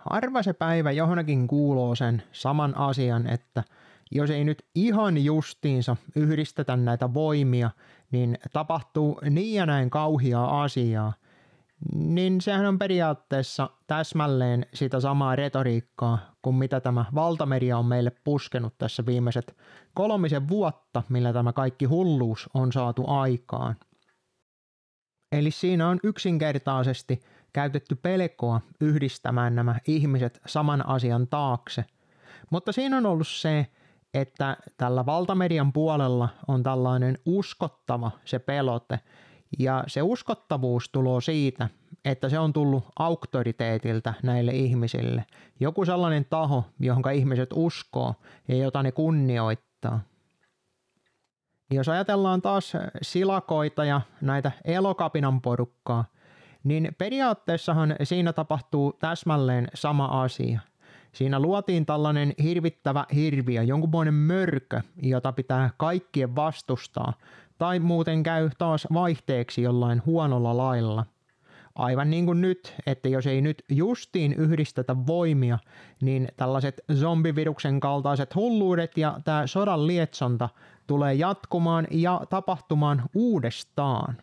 harva se päivä johonkin kuuluu sen saman asian, että jos ei nyt ihan justiinsa yhdistetä näitä voimia, niin tapahtuu niin ja näin kauhiaa asiaa, niin sehän on periaatteessa täsmälleen sitä samaa retoriikkaa kuin mitä tämä valtamedia on meille puskenut tässä viimeiset 3 vuotta, millä tämä kaikki hulluus on saatu aikaan. Eli siinä on yksinkertaisesti käytetty pelkoa yhdistämään nämä ihmiset saman asian taakse. Mutta siinä on ollut se, että tällä valtamedian puolella on tällainen uskottava se pelote, ja se uskottavuus tulee siitä, että se on tullut auktoriteetilta näille ihmisille. Joku sellainen taho, johon ihmiset uskoo ja jota ne kunnioittaa. Jos ajatellaan taas silakoita ja näitä Elokapinan porukkaa, niin periaatteessahan siinä tapahtuu täsmälleen sama asia. Siinä luotiin tällainen hirvittävä hirviö, jonkunmoinen mörkö, jota pitää kaikkien vastustaa, tai muuten käy taas vaihteeksi jollain huonolla lailla. Aivan niin kuin nyt, että jos ei nyt justiin yhdistetä voimia, niin tällaiset zombiviruksen kaltaiset hulluudet ja tämä sodan lietsonta tulee jatkumaan ja tapahtumaan uudestaan.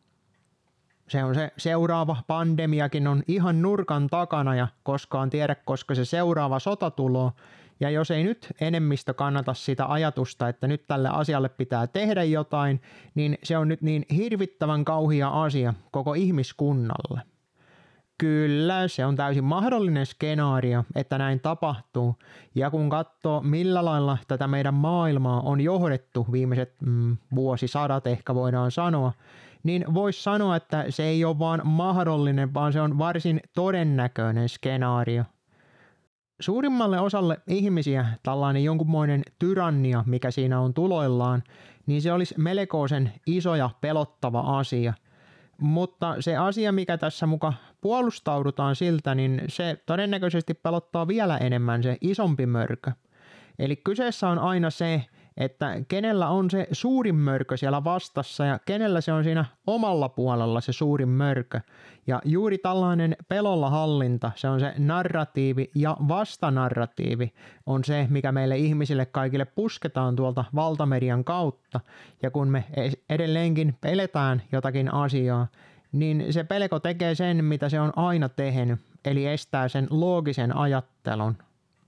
Se seuraava pandemiakin on ihan nurkan takana ja koskaan tiedä, koska se seuraava sota tulee. Ja jos ei nyt enemmistö kannata sitä ajatusta, että nyt tälle asialle pitää tehdä jotain, niin se on nyt niin hirvittävän kauhea asia koko ihmiskunnalle. Kyllä, se on täysin mahdollinen skenaario, että näin tapahtuu. Ja kun katsoo, millä lailla tätä meidän maailmaa on johdettu viimeiset vuosisadat ehkä voidaan sanoa, niin voisi sanoa, että se ei ole vaan mahdollinen, vaan se on varsin todennäköinen skenaario. Suurimmalle osalle ihmisiä tällainen jonkunmoinen tyrannia, mikä siinä on tuloillaan, niin se olisi melkoisen iso ja pelottava asia. Mutta se asia, mikä tässä muka puolustaudutaan siltä, niin se todennäköisesti pelottaa vielä enemmän se isompi mörkö. Eli kyseessä on aina se, että kenellä on se suurin mörkö siellä vastassa ja kenellä se on siinä omalla puolella se suurin mörkö. Ja juuri tällainen pelolla hallinta, se on se narratiivi ja vastanarratiivi on se, mikä meille ihmisille kaikille pusketaan tuolta valtamedian kautta. Ja kun me edelleenkin peletään jotakin asiaa, niin se pelko tekee sen, mitä se on aina tehnyt, eli estää sen loogisen ajattelun.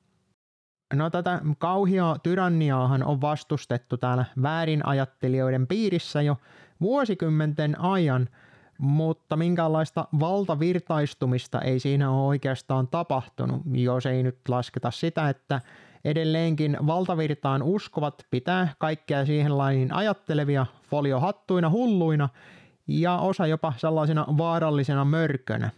No tätä kauheaa tyranniaahan on vastustettu täällä väärinajattelijoiden piirissä jo vuosikymmenten ajan, mutta minkäänlaista valtavirtaistumista ei siinä ole oikeastaan tapahtunut, jos ei nyt lasketa sitä, että edelleenkin valtavirtaan uskovat pitää kaikkea siihen lainiin ajattelevia foliohattuina hulluina ja osa jopa sellaisena vaarallisena mörkönä.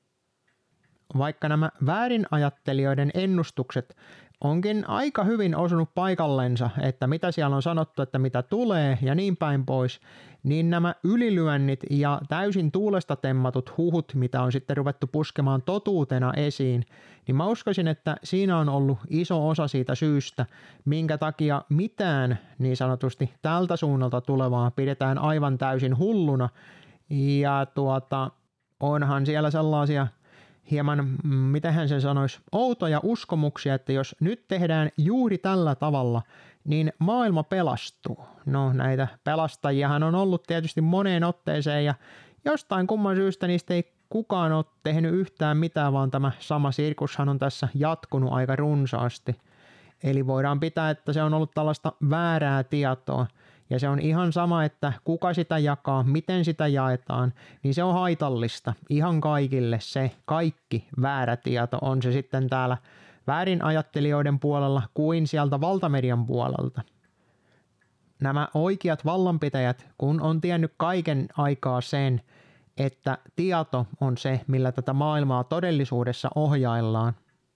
Vaikka nämä väärinajattelijoiden ennustukset onkin aika hyvin osunut paikallensa, että mitä siellä on sanottu, että mitä tulee ja niin päin pois, niin nämä ylilyönnit ja täysin tuulesta temmatut huhut, mitä on sitten ruvettu puskemaan totuutena esiin, niin mä uskoisin, että siinä on ollut iso osa siitä syystä, minkä takia mitään niin sanotusti tältä suunnalta tulevaa pidetään aivan täysin hulluna. Ja onhan siellä sellaisia hieman, mitähän sen sanoisi, outoja uskomuksia, että jos nyt tehdään juuri tällä tavalla, niin maailma pelastuu. No näitä pelastajiahan on ollut tietysti moneen otteeseen ja jostain kumman syystä niistä ei kukaan ole tehnyt yhtään mitään, vaan tämä sama sirkushan on tässä jatkunut aika runsaasti. Eli voidaan pitää, että se on ollut tällaista väärää tietoa. Ja se on ihan sama, että kuka sitä jakaa, miten sitä jaetaan, niin se on haitallista ihan kaikille se kaikki väärä tieto, on se sitten täällä väärinajattelijoiden puolella kuin sieltä valtamedian puolelta. Nämä oikeat vallanpitäjät, kun on tiennyt kaiken aikaa sen, että tieto on se, millä tätä maailmaa todellisuudessa ohjaillaan.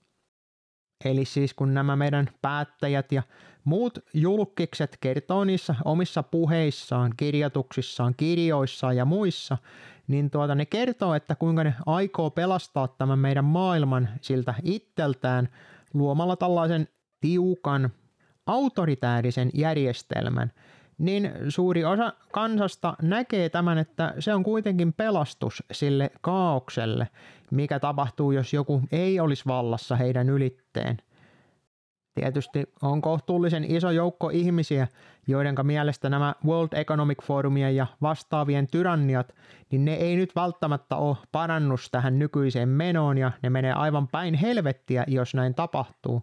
Eli siis kun nämä meidän päättäjät ja muut julkkikset kertoo niissä omissa puheissaan, kirjoituksissaan, kirjoissaan ja muissa, niin ne kertoo, että kuinka ne aikoo pelastaa tämän meidän maailman siltä itseltään luomalla tällaisen tiukan autoritäärisen järjestelmän, niin suuri osa kansasta näkee tämän, että se on kuitenkin pelastus sille kaaukselle, mikä tapahtuu, jos joku ei olisi vallassa heidän ylitteen. Tietysti on kohtuullisen iso joukko ihmisiä, joiden mielestä nämä World Economic Forumien ja vastaavien tyranniat, niin ne ei nyt välttämättä ole parannus tähän nykyiseen menoon ja ne menee aivan päin helvettiä, jos näin tapahtuu.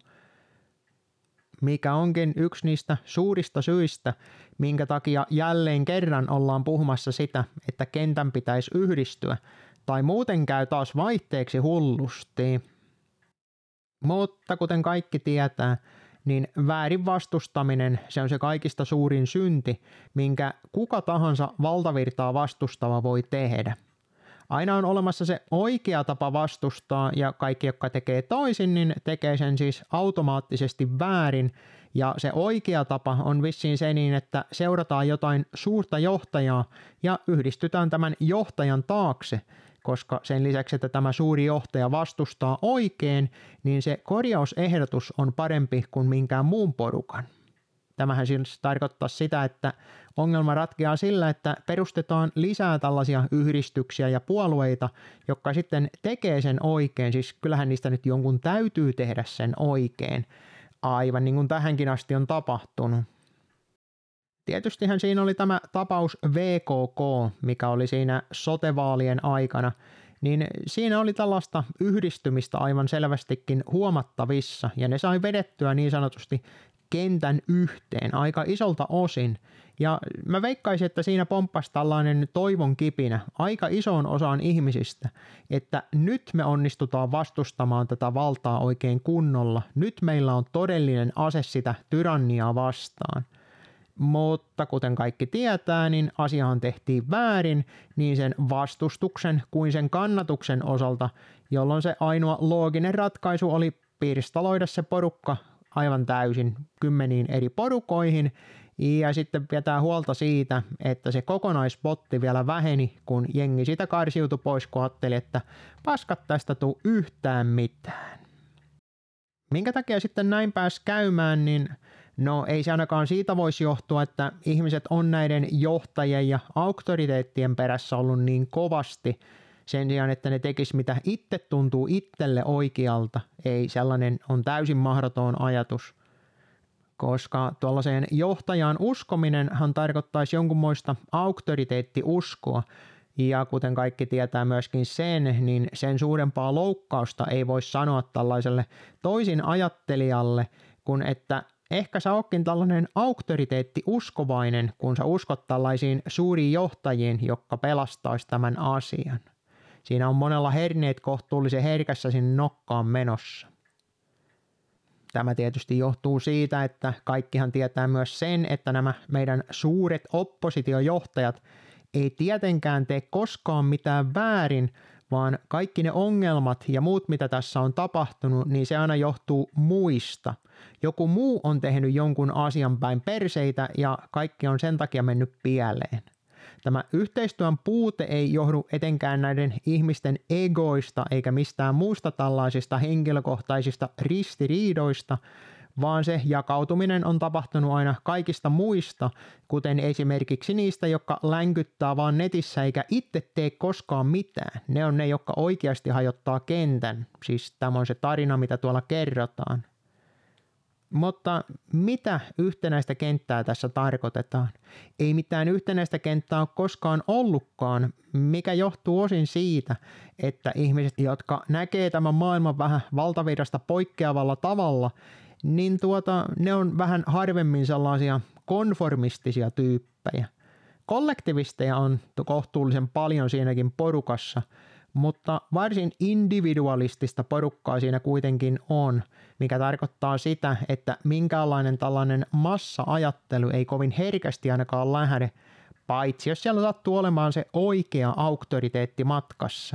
Mikä onkin yksi niistä suurista syistä, minkä takia jälleen kerran ollaan puhumassa sitä, että kentän pitäisi yhdistyä, tai muuten käy taas vaihteeksi hullusti. Mutta kuten kaikki tietää, niin väärin vastustaminen, se on se kaikista suurin synti, minkä kuka tahansa valtavirtaa vastustava voi tehdä. Aina on olemassa se oikea tapa vastustaa ja kaikki, jotka tekee toisin, niin tekee sen siis automaattisesti väärin. Ja se oikea tapa on vissiin se niin, että seurataan jotain suurta johtajaa ja yhdistytään tämän johtajan taakse, koska sen lisäksi, että tämä suuri johtaja vastustaa oikein, niin se korjausehdotus on parempi kuin minkään muun porukan. Tämähän siis tarkoittaa sitä, että ongelma ratkeaa sillä, että perustetaan lisää tällaisia yhdistyksiä ja puolueita, jotka sitten tekee sen oikein. Siis kyllähän niistä nyt jonkun täytyy tehdä sen oikein, aivan niin kuin tähänkin asti on tapahtunut. Tietystihän siinä oli tämä tapaus VKK, mikä oli siinä sotevaalien aikana, niin siinä oli tällaista yhdistymistä aivan selvästikin huomattavissa, ja ne sai vedettyä niin sanotusti kentän yhteen aika isolta osin. Ja mä veikkaisin, että siinä pomppasi tällainen toivon kipinä aika isoon osaan ihmisistä, että nyt me onnistutaan vastustamaan tätä valtaa oikein kunnolla. Nyt meillä on todellinen ase sitä tyranniaa vastaan. Mutta kuten kaikki tietää, niin asiahan tehtiin väärin niin sen vastustuksen kuin sen kannatuksen osalta, jolloin se ainoa looginen ratkaisu oli pirstaloida se porukka aivan täysin 10 eri porukoihin ja sitten pitää huolta siitä, että se kokonaispotti vielä väheni, kun jengi sitä karsiutui pois, kun ajatteli, että paskat tästä tuu yhtään mitään. Minkä takia sitten näin pääsi käymään, niin no ei se ainakaan siitä voisi johtua, että ihmiset on näiden johtajien ja auktoriteettien perässä ollut niin kovasti sen sijaan, että ne tekis mitä itse tuntuu itselle oikealta. Ei, sellainen on täysin mahdoton ajatus. Koska tuollaiseen johtajaan uskominenhan tarkoittaisi jonkunmoista auktoriteettiuskoa. Ja kuten kaikki tietää myöskin sen, niin sen suurempaa loukkausta ei voi sanoa tällaiselle toisin ajattelijalle, kun että ehkä sä ootkin tällainen auktoriteettiuskovainen, kun sä uskot tällaisiin suuriin johtajiin, jotka pelastaisi tämän asian. Siinä on monella herneet kohtuullisen herkässä sinne nokkaan menossa. Tämä tietysti johtuu siitä, että kaikkihan tietää myös sen, että nämä meidän suuret oppositiojohtajat ei tietenkään tee koskaan mitään väärin, vaan kaikki ne ongelmat ja muut, mitä tässä on tapahtunut, niin se aina johtuu muista. Joku muu on tehnyt jonkun asian päin perseitä ja kaikki on sen takia mennyt pieleen. Tämä yhteistyön puute ei johdu etenkään näiden ihmisten egoista eikä mistään muusta tällaisista henkilökohtaisista ristiriidoista, vaan se jakautuminen on tapahtunut aina kaikista muista, kuten esimerkiksi niistä, jotka länkyttää vaan netissä eikä itse tee koskaan mitään. Ne on ne, jotka oikeasti hajottaa kentän. Siis tämä on se tarina, mitä tuolla kerrotaan. Mutta mitä yhtenäistä kenttää tässä tarkoitetaan? Ei mitään yhtenäistä kenttää ole koskaan ollutkaan, mikä johtuu osin siitä, että ihmiset, jotka näkee tämän maailman vähän valtavirrasta poikkeavalla tavalla, niin ne on vähän harvemmin sellaisia konformistisia tyyppejä. Kollektivisteja on kohtuullisen paljon siinäkin porukassa, mutta varsin individualistista porukkaa siinä kuitenkin on, mikä tarkoittaa sitä, että minkäänlainen tällainen massa-ajattelu ei kovin herkästi ainakaan lähde, paitsi jos siellä sattuu olemaan se oikea auktoriteetti matkassa.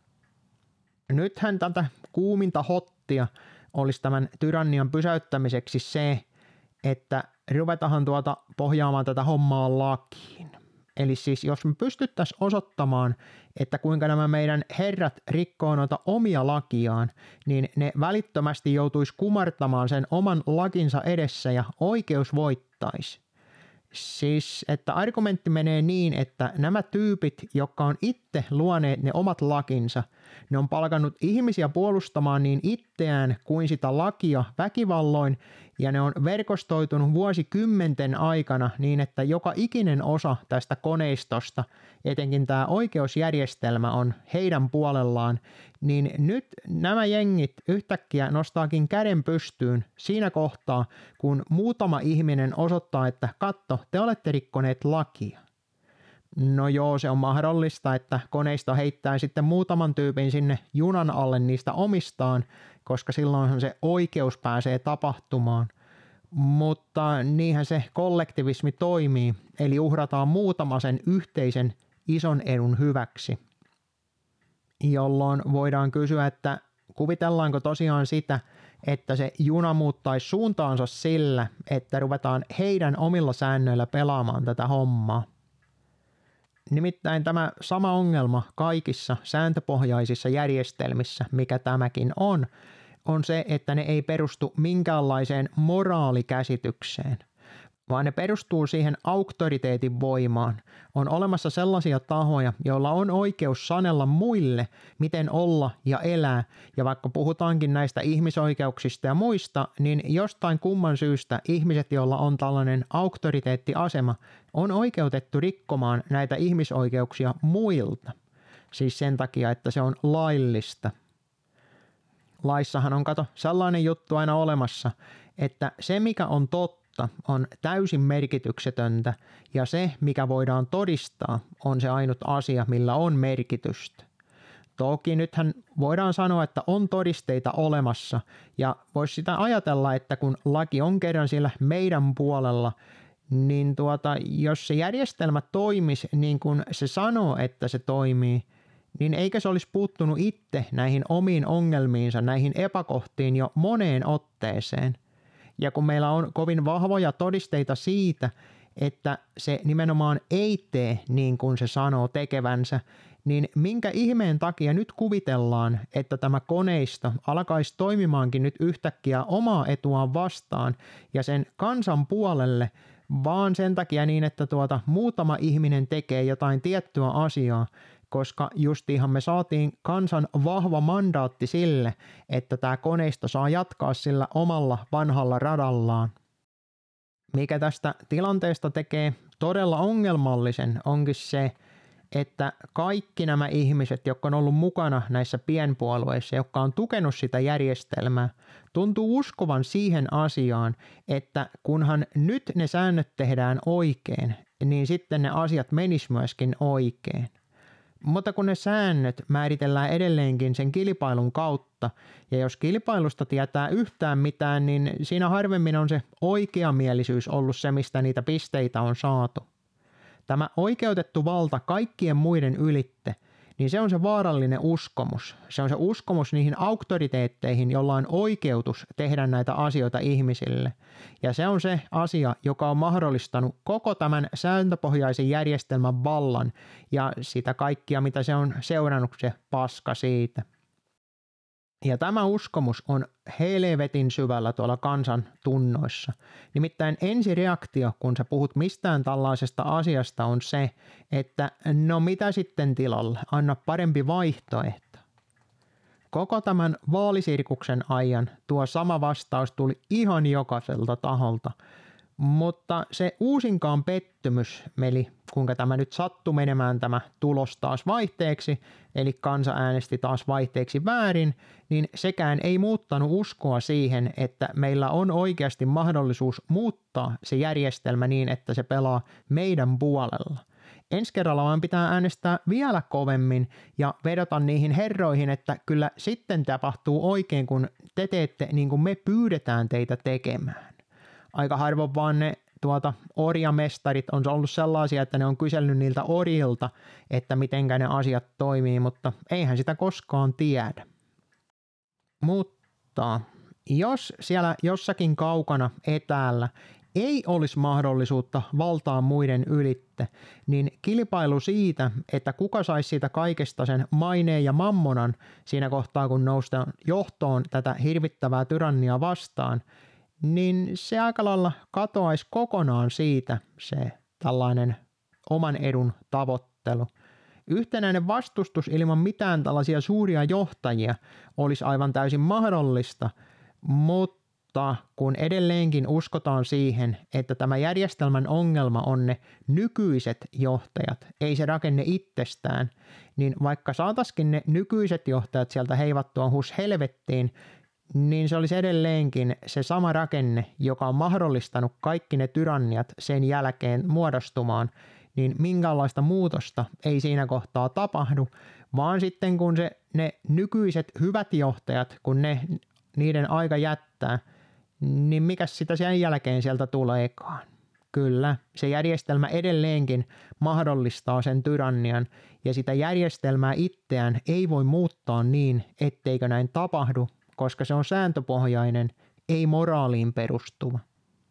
Nythän tätä kuuminta hottia olisi tämän tyrannian pysäyttämiseksi se, että ruvetahan pohjaamaan tätä hommaa lakiin. Eli siis jos me pystyttäisiin osoittamaan, että kuinka nämä meidän herrat rikkoo noita omia lakiaan, niin ne välittömästi joutuisi kumartamaan sen oman lakinsa edessä ja oikeus voittaisi. Siis, että argumentti menee niin, että nämä tyypit, jotka on itse luoneet ne omat lakinsa, ne on palkannut ihmisiä puolustamaan niin itseään kuin sitä lakia väkivalloin, ja ne on verkostoitunut vuosikymmenten aikana niin, että joka ikinen osa tästä koneistosta, etenkin tämä oikeusjärjestelmä on heidän puolellaan, niin nyt nämä jengit yhtäkkiä nostaakin käden pystyyn siinä kohtaa, kun muutama ihminen osoittaa, että katso, te olette rikkoneet lakia. No joo, se on mahdollista, että koneisto heittää sitten muutaman tyypin sinne junan alle niistä omistaan, koska silloinhan se oikeus pääsee tapahtumaan. Mutta niinhän se kollektivismi toimii, eli uhrataan muutama sen yhteisen ison edun hyväksi. Jolloin voidaan kysyä, että kuvitellaanko tosiaan sitä, että se juna muuttaisi suuntaansa sillä, että ruvetaan heidän omilla säännöillä pelaamaan tätä hommaa. Nimittäin tämä sama ongelma kaikissa sääntöpohjaisissa järjestelmissä, mikä tämäkin on se, että ne ei perustu minkäänlaiseen moraalikäsitykseen, vaan ne perustuu siihen auktoriteetin voimaan. On olemassa sellaisia tahoja, joilla on oikeus sanella muille, miten olla ja elää, ja vaikka puhutaankin näistä ihmisoikeuksista ja muista, niin jostain kumman syystä ihmiset, joilla on tällainen auktoriteettiasema, on oikeutettu rikkomaan näitä ihmisoikeuksia muilta. Siis sen takia, että se on laillista. Laissahan on sellainen juttu aina olemassa, että se mikä on totta on täysin merkityksetöntä ja se mikä voidaan todistaa on se ainut asia millä on merkitystä. Toki nythän voidaan sanoa, että on todisteita olemassa ja voisi sitä ajatella, että kun laki on kerran siellä meidän puolella, niin jos se järjestelmä toimisi niin kuin se sanoo, että se toimii, niin eikö se olisi puuttunut itse näihin omiin ongelmiinsa, näihin epäkohtiin jo moneen otteeseen. Ja kun meillä on kovin vahvoja todisteita siitä, että se nimenomaan ei tee niin kuin se sanoo tekevänsä, niin minkä ihmeen takia nyt kuvitellaan, että tämä koneisto alkaisi toimimaankin nyt yhtäkkiä omaa etuaan vastaan ja sen kansan puolelle, vaan sen takia niin, että muutama ihminen tekee jotain tiettyä asiaa, koska justiinhan me saatiin kansan vahva mandaatti sille, että tämä koneisto saa jatkaa sillä omalla vanhalla radallaan. Mikä tästä tilanteesta tekee todella ongelmallisen onkin se, että kaikki nämä ihmiset, jotka on ollut mukana näissä pienpuolueissa, jotka on tukenut sitä järjestelmää, tuntuu uskovan siihen asiaan, että kunhan nyt ne säännöt tehdään oikein, niin sitten ne asiat menis myöskin oikein. Mutta kun ne säännöt määritellään edelleenkin sen kilpailun kautta, ja jos kilpailusta tietää yhtään mitään, niin siinä harvemmin on se oikeamielisyys ollut se, mistä niitä pisteitä on saatu. Tämä oikeutettu valta kaikkien muiden ylitte, niin se on se vaarallinen uskomus. Se on se uskomus niihin auktoriteetteihin, jolla on oikeutus tehdä näitä asioita ihmisille. Ja se on se asia, joka on mahdollistanut koko tämän sääntöpohjaisen järjestelmän vallan ja sitä kaikkia, mitä se on seurannut se paska siitä. Ja tämä uskomus on helvetin syvällä tuolla kansan tunnoissa. Nimittäin ensireaktio, kun sä puhut mistään tällaisesta asiasta, on se, että no mitä sitten tilalle, anna parempi vaihtoehto. Koko tämän vaalisirkuksen ajan tuo sama vastaus tuli ihan jokaiselta taholta, mutta se uusinkaan pettymys, eli kuinka tämä nyt sattui menemään tämä tulos taas vaihteeksi, eli kansa äänesti taas vaihteeksi väärin, niin sekään ei muuttanut uskoa siihen, että meillä on oikeasti mahdollisuus muuttaa se järjestelmä niin, että se pelaa meidän puolella. Ensi kerralla vaan pitää äänestää vielä kovemmin ja vedota niihin herroihin, että kyllä sitten tapahtuu oikein, kun te teette niin kuin me pyydetään teitä tekemään. Aika harvoin vaan ne orjamestarit on ollut sellaisia, että ne on kysellyt niiltä orjilta, että mitenkä ne asiat toimii, mutta eihän sitä koskaan tiedä. Mutta jos siellä jossakin kaukana etäällä ei olisi mahdollisuutta valtaa muiden ylitte, niin kilpailu siitä, että kuka saisi siitä kaikesta sen maineen ja mammonan siinä kohtaa, kun noustaan johtoon tätä hirvittävää tyrannia vastaan, niin se aika lailla katoaisi kokonaan siitä se tällainen oman edun tavoittelu. Yhtenäinen vastustus ilman mitään tällaisia suuria johtajia olisi aivan täysin mahdollista, mutta kun edelleenkin uskotaan siihen, että tämä järjestelmän ongelma on ne nykyiset johtajat, ei se rakenne itsestään, niin vaikka saataisiin ne nykyiset johtajat sieltä heivattua helvettiin, niin se olisi edelleenkin se sama rakenne, joka on mahdollistanut kaikki ne tyranniat sen jälkeen muodostumaan, niin minkäänlaista muutosta ei siinä kohtaa tapahdu, vaan sitten kun ne nykyiset hyvät johtajat, kun niiden aika jättää, niin mikäs sitä sen jälkeen sieltä tuleekaan? Kyllä, se järjestelmä edelleenkin mahdollistaa sen tyrannian, ja sitä järjestelmää itseään ei voi muuttaa niin, etteikö näin tapahdu, koska se on sääntöpohjainen, ei moraaliin perustuva.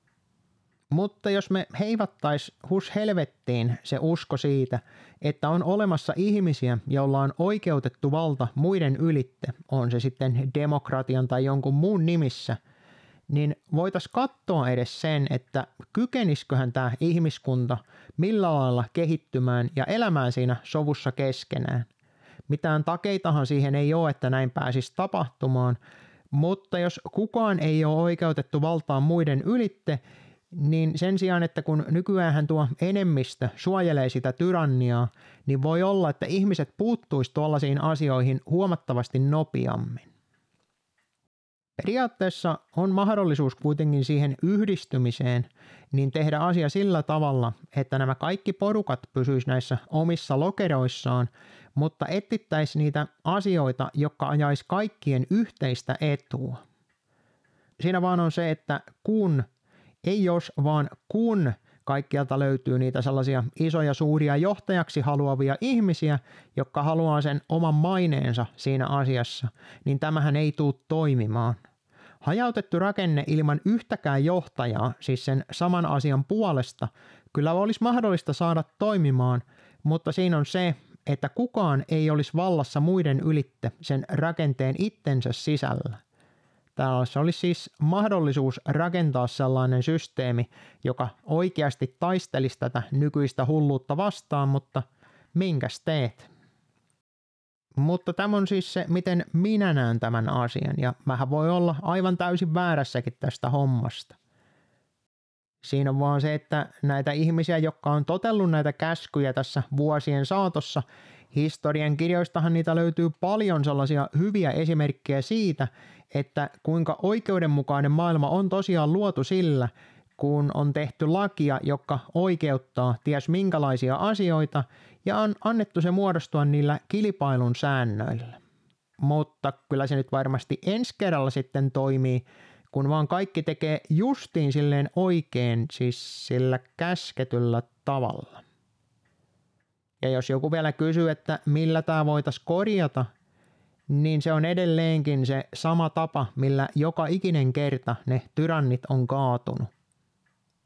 Mutta jos me heivattaisiin helvettiin se usko siitä, että on olemassa ihmisiä, joilla on oikeutettu valta muiden ylitte, on se sitten demokratian tai jonkun muun nimissä, niin voitaisiin katsoa edes sen, että kykenisiköhän tämä ihmiskunta millä lailla kehittymään ja elämään siinä sovussa keskenään. Mitään takeitahan siihen ei ole, että näin pääsisi tapahtumaan, mutta jos kukaan ei ole oikeutettu valtaan muiden ylitte, niin sen sijaan, että kun nykyäänhän tuo enemmistö suojelee sitä tyranniaa, niin voi olla, että ihmiset puuttuisi tuollaisiin asioihin huomattavasti nopeammin. Periaatteessa on mahdollisuus kuitenkin siihen yhdistymiseen, niin tehdä asia sillä tavalla, että nämä kaikki porukat pysyis näissä omissa lokeroissaan, mutta etsittäisiin niitä asioita, jotka ajais kaikkien yhteistä etua. Siinä vaan on se, että ei jos, vaan kun kaikkialta löytyy niitä sellaisia isoja suuria johtajaksi haluavia ihmisiä, jotka haluaa sen oman maineensa siinä asiassa, niin tämähän ei tule toimimaan. Hajautettu rakenne ilman yhtäkään johtajaa, siis sen saman asian puolesta, kyllä olisi mahdollista saada toimimaan, mutta siinä on se, että kukaan ei olisi vallassa muiden ylitte sen rakenteen itsensä sisällä. Täällä olisi siis mahdollisuus rakentaa sellainen systeemi, joka oikeasti taistelisi tätä nykyistä hulluutta vastaan, mutta minkäs teet? Mutta tämä on siis se, miten minä näen tämän asian, ja mähän voi olla aivan täysin väärässäkin tästä hommasta. Siinä on vaan se, että näitä ihmisiä, jotka on totellut näitä käskyjä tässä vuosien saatossa, historian kirjoistahan niitä löytyy paljon sellaisia hyviä esimerkkejä siitä, että kuinka oikeudenmukainen maailma on tosiaan luotu sillä, kun on tehty lakia, joka oikeuttaa ties minkälaisia asioita ja on annettu se muodostua niillä kilpailun säännöillä. Mutta kyllä se nyt varmasti ensi kerralla sitten toimii, kun vaan kaikki tekee justiin silleen oikein, siis sillä käsketyllä tavalla. Ja jos joku vielä kysyy, että millä tämä voitaisiin korjata, niin se on edelleenkin se sama tapa, millä joka ikinen kerta ne tyrannit on kaatunut.